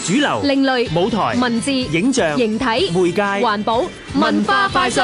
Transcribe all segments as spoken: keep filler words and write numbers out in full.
主流、 另類、 舞台、 文字、 影像、 形體、 媒介、 環保、文化快訊。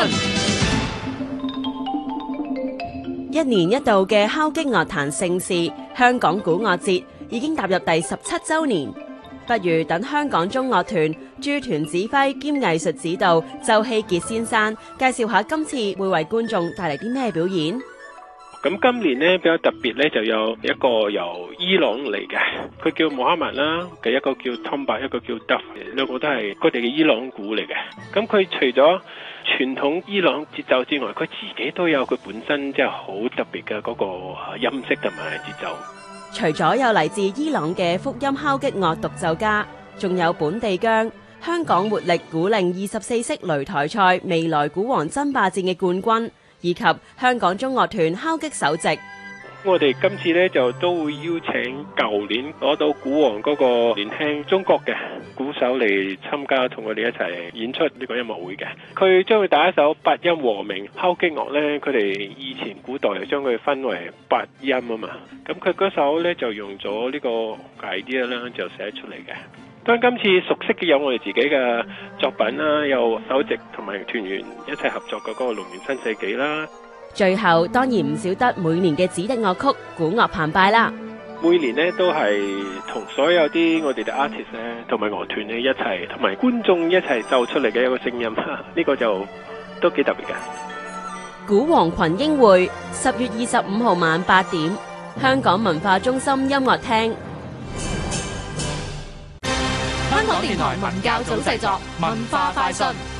一年一度嘅敲擊樂壇盛事香港古樂節已經踏入第十七週年，不如等香港中樂團駐團指揮兼藝術指導周希傑先生介紹下今次會為觀眾帶嚟啲咩表演。 咁今年呢比較特別呢，就有一個由伊朗嚟嘅，佢叫穆罕默啦，嘅一個叫 Tomba， 一個叫 Duff， 兩個都係佢哋嘅伊朗鼓嚟嘅。咁佢除咗傳統伊朗節奏之外，佢自己都有佢本身即係好特別嘅嗰個音色同埋節奏。 除咗有嚟自伊朗嘅福音敲擊樂獨奏家，仲有本地薑香港活力鼓令二十四式擂台賽未來鼓王爭霸戰嘅冠軍，以及香港中樂團敲擊首席。 我哋今次呢就都會邀請舊年攞到鼓王嗰個年輕中國嘅鼓手嚟參加，同我哋一齊演出呢個音樂會嘅。佢將會打一首八音和鳴敲擊樂呢，佢哋以前古代就將佢分為八音啊嘛。咁佢嗰首呢就用咗呢個 idea 啦，就寫出嚟嘅。當今次熟悉嘅有我哋自己嘅作品啦，有首席同埋團員一齊合作嘅嗰個《龍源新世紀》啦。 最後當然唔少得每年嘅指定樂曲鼓樂澎湃啦。 每年呢都係同所有啲我哋嘅 artist 咧，同埋樂團咧一齊，同埋觀眾一齊奏出嚟嘅一個聲音，呢個就都幾特別嘅。 鼓王群英會十月二十五號晚八點，香港文化中心音樂廳。 香港電台文教組製作，文化快訊。